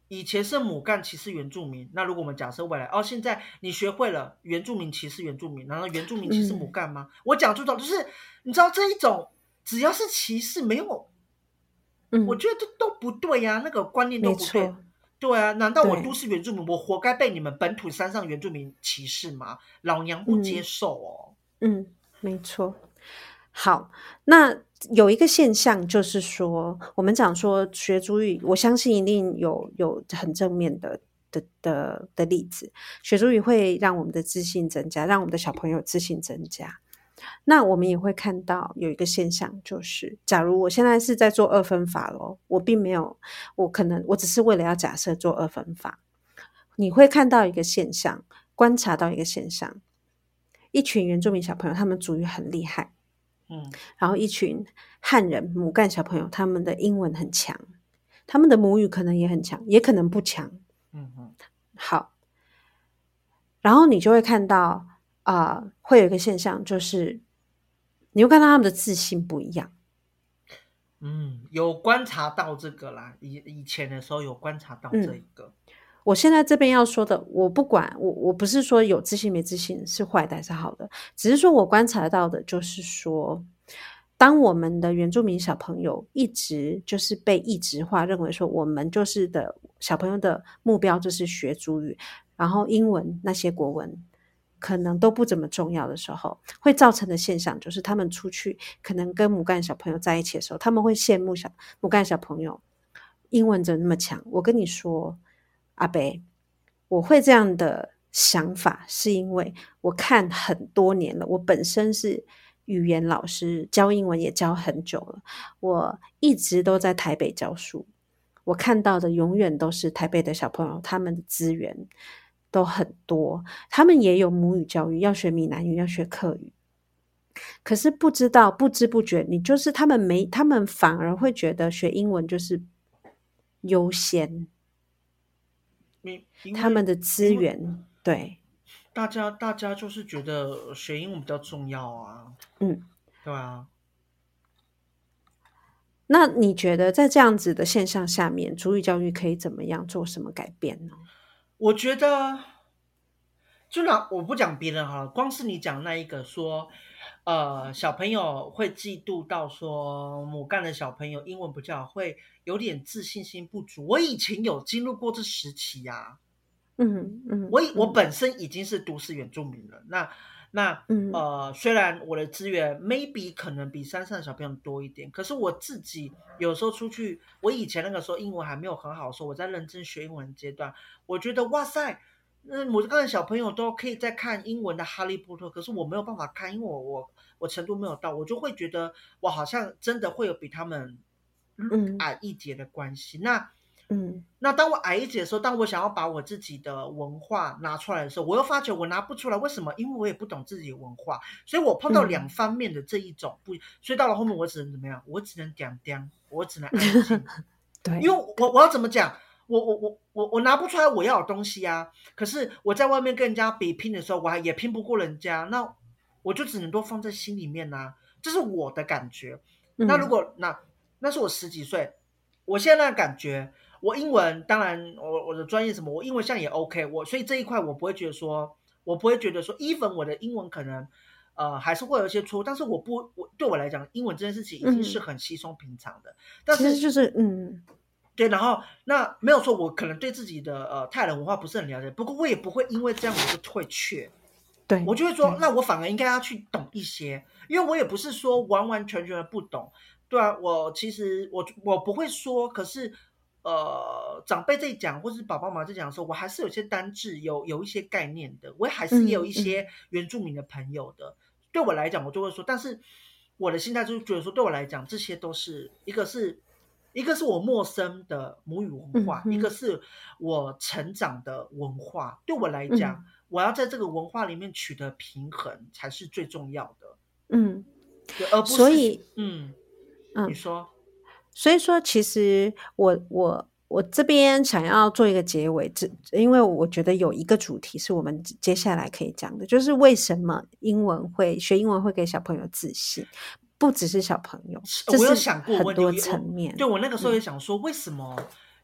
以前是母干歧视原住民，那如果我们假设未来现在你学会了原住民歧视原住民，难道原住民歧视母干吗？我讲这种就是你知道这一种只要是歧视没有，我觉得这都不对啊，那个观念都不对。对啊，难道我都市原住民我活该被你们本土山上原住民歧视吗？老娘不接受哦。 没错。好，那有一个现象就是说，我们讲说学族语，我相信一定有很正面的例子。学族语会让我们的自信增加，让我们的小朋友自信增加。那我们也会看到有一个现象，就是假如我现在是在做二分法咯，我并没有，我只是为了要假设做二分法，你会看到一个现象，观察到一个现象，一群原住民小朋友他们族语很厉害，然后一群汉人母干小朋友他们的英文很强，他们的母语可能也很强，也可能不强。好，然后你就会看到会有一个现象，就是你会看到他们的自信不一样。 有观察到这个啦，以前的时候有观察到这一个。 我现在这边要说的，我不管，我不是说有自信没自信是坏的还是好的，只是说我观察到的就是说，当我们的原住民小朋友一直就是被异质化，认为说我们就是的小朋友的目标就是学族语，然后英文那些国文可能都不怎么重要的时候，会造成的现象就是他们出去可能跟母干小朋友在一起的时候，他们会羡慕母干小朋友英文怎么那么强。我跟你说阿北，我会这样的想法是因为我看很多年了，我本身是语言老师，教英文也教很久了，我一直都在台北教书，我看到的永远都是台北的小朋友，他们的资源都很多，他们也有母语教育，要学闽南语，要学客语，可是不知不觉，你就是他们反而会觉得学英文就是优先，他们的资源，对， 大家就是觉得学英文比较重要啊。对啊。 那你觉得在这样子的现象下面，族语教育可以怎么样做什么改变呢？ 我觉得我不讲别人好了，光是你讲那一个说小朋友会嫉妒到说母干的小朋友英文比较好，会有点自信心不足。我以前有经历过这时期啊。我本身已经是都市原住民了，虽然我的资源 maybe 可能比山上的小朋友多一点，可是我自己有时候出去，我以前那个时候英文还没有很好的时候，我在认真学英文的阶段，我觉得哇塞，我刚才小朋友都可以在看英文的哈利波特，可是我没有办法看，因为我程度没有到，我就会觉得我好像真的会有比他们矮一截的关系。那当我矮一截的时候，当我想要把我自己的文化拿出来的时候，我又发觉我拿不出来，为什么？因为我也不懂自己的文化，所以我碰到两方面的这一种所以到了后面我只能怎么样？我只能点，我只能安静。 对， 因为我要怎么讲？我拿不出来我要的东西啊，可是我在外面跟人家比拼的时候，我也拼不过人家，那我就只能都放在心里面啊，这是我的感觉。那如果那是我10几岁，我现在的感觉，我英文当然我的专业什么，我英文像也 OK，所以这一块我不会觉得说 even 我的英文可能还是会有一些错误，但是对我来讲，英文这件事情已经是很稀松平常的。但是其实就是对，然后那没有错，我可能对自己的泰人文化不是很了解，不过我也不会因为这样我就退却。 对， 我就会说，那我反而应该要去懂一些，因为我也不是说完完全全的不懂。对啊，我其实我不会说，可是长辈在讲或是爸爸妈妈在讲的时候，我还是有些单字有一些概念的，我还是也有一些原住民的朋友的。对我来讲，我就会说，但是我的心态就是觉得说，对我来讲，这些都是一个是我陌生的母语文化，一个是我成长的文化。对我来讲，我要在这个文化里面取得平衡才是最重要的。对，而不是所以你说。 所以说，其实我这边想要做一个结尾，因为我觉得有一个主题是我们接下来可以讲的，就是为什么学英文会给小朋友自信，不只是小朋友， 我有想过很多层面。 对，我那个时候也想说，为什么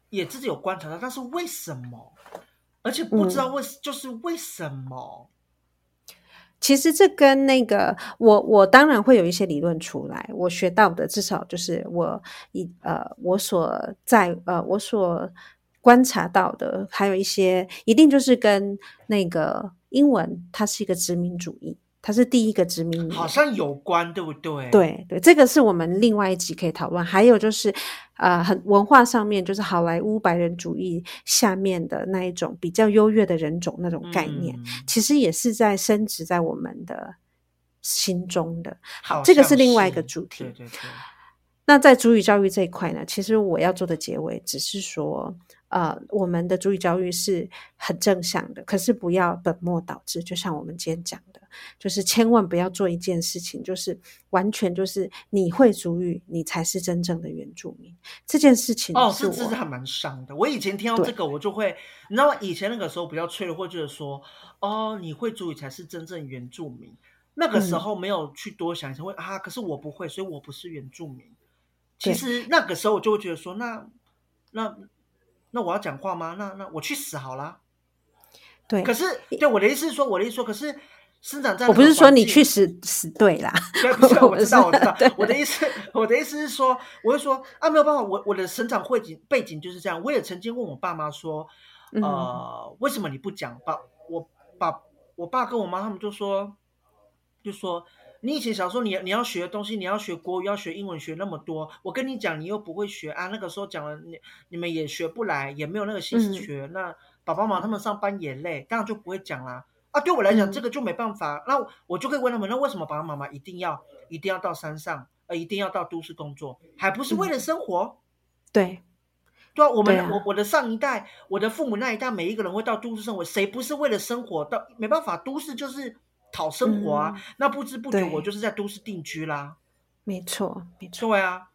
也自己有观察到，但是为什么？而且不知道就是为什么？ 其实这跟那个我当然会有一些理论出来，我学到的至少就是我所观察到的，还有一些一定就是跟那个英文它是一个殖民主义，它是第一个殖民语言， 好像有关，对不对？ 对对，这个是我们另外一集可以讨论。还有就是文化上面就是好莱坞白人主义下面的那一种比较优越的人种那种概念，其实也是在深植在我们的心中的。好，这个是另外一个主题。 对对对。 那在族语教育这一块呢，其实我要做的结尾只是说我们的族语教育是很正向的，可是不要本末倒置，就像我们今天讲的，就是千万不要做一件事情，就是完全就是你会族语你才是真正的原住民，这件事情这还蛮伤的。我以前听到这个我就会，你知道吗？以前那个时候比较脆弱，或者说你会族语才是真正原住民，那个时候没有去多想一想，可是我不会，所以我不是原住民。其实那个时候我就会觉得说，那我要讲话吗？那我去死好了。 对， 可是对我的意思是说，可是生长在那个环境， 我不是说你去死对啦， 对，不是，我知道。我的意思是说，我会说没有办法，我的成长背景就是这样。我也曾经问我爸妈说，为什么你不讲？我爸跟我妈他们就说。你以前小时候你要学的东西，你要学国语，要学英文，学那么多，我跟你讲，你又不会学那个时候讲了，你们也学不来，也没有那个心思学。那爸爸妈妈他们上班也累，当然就不会讲啦。对我来讲，这个就没办法。那我就可以问他们，那为什么爸爸妈妈一定要到山上，一定要到都市工作，还不是为了生活？ 对啊，我的上一代，我的父母那一代，每一个人会到都市生活，谁不是为了生活？没办法，都市就是讨生活啊。那不知不觉我就是在都市定居啦。 没错没错。 对啊。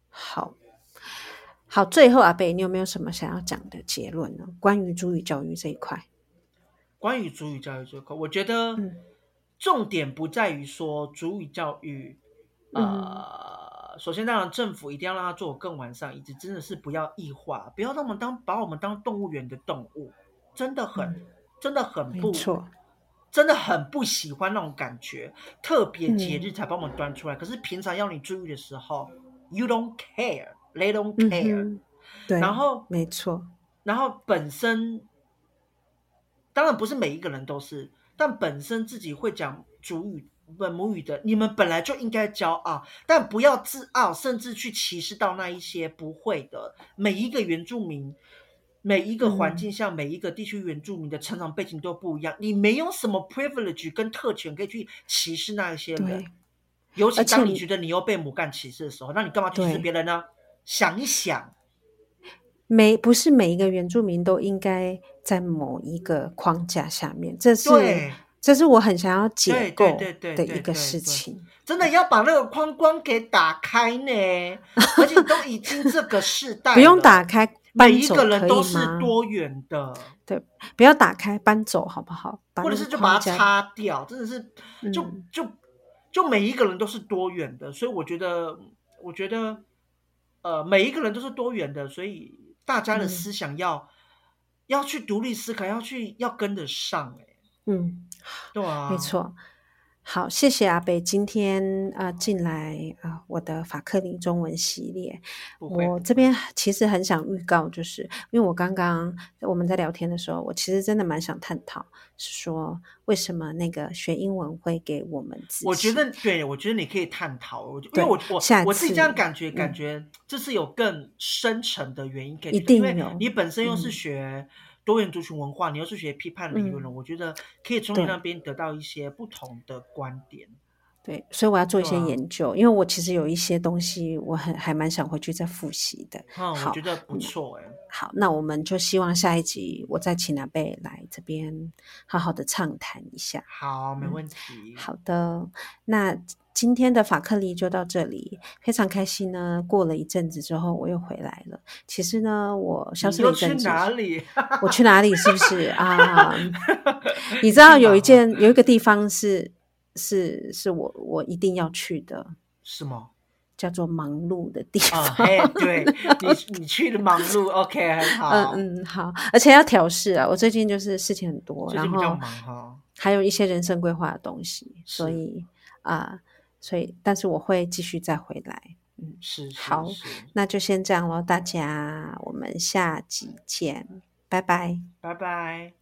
好，最后阿贝，你有没有什么想要讲的结论呢？关于族语教育这一块。 关于族语教育这一块，我觉得重点不在于说族语教育首先当然政府一定要让它做更完善，以及真的是不要异化，不要把我们当动物园的动物，真的很不错，真的很不喜欢那种感觉。特别节日才把我们端出来，可是平常要你注意的时候 you don't care, they don't care。 对， 然后没错， 然后本身当然不是每一个人都是，但本身自己会讲族语本母语的，你们本来就应该骄傲，但不要自傲，甚至去歧视到那一些不会的。每一个原住民，每一个环境下，每一个地区原住民的成长背景都不一样，你没有什么 privilege 跟特权可以去歧视那一些人。尤其当你觉得你又被母干歧视的时候，那你干嘛歧视别人呢？想一想， 不是每一个原住民都应该在某一个框架下面，这是我很想要解构的一个事情。 真的要把那个框框给打开呢，而且都已经这个世代了， 不用打开， 每一个人都是多元的。 对，不要打开，搬走好不好？ 或者是就把它擦掉，真的是就每一个人都是多元的，所以我觉得每一个人都是多元的，所以大家的思想要去独立思考，要跟得上。对啊， 没错。好，谢谢阿北今天进来我的法克林中文系列。我这边其实很想预告，就是因为我刚刚我们在聊天的时候，我其实真的蛮想探讨，是说为什么那个学英文会给我们自信。 我觉得你可以探讨，因为我自己这样感觉这是有更深层的原因可以， 一定有， 因为你本身又是学多元族群文化，你又是学批判理论了，我觉得可以从你那边得到一些不同的观点。 对，所以我要做一些研究，因为我其实有一些东西我还蛮想回去再复习的。 我觉得不错好，那我们就希望下一集我再请阿贝来这边好好的畅谈一下。 好，没问题。 好的，那今天的法克利就到这里，非常开心呢。过了一阵子之后，我又回来了。其实呢，我消失了一阵子。 你去哪里？ 我去哪里？是不是啊？你知道有一个地方是我一定要去的。 是吗？ 叫做忙碌的地方。 嘿，对，你去的忙碌，OK， 很好。 好，而且要调试啊，我最近就是事情很多， 最近比较忙哈， 还有一些人生规划的东西，所是以但是我会继续再回来。 是好，那就先这样咯，大家，我们下集见，拜拜， 拜拜。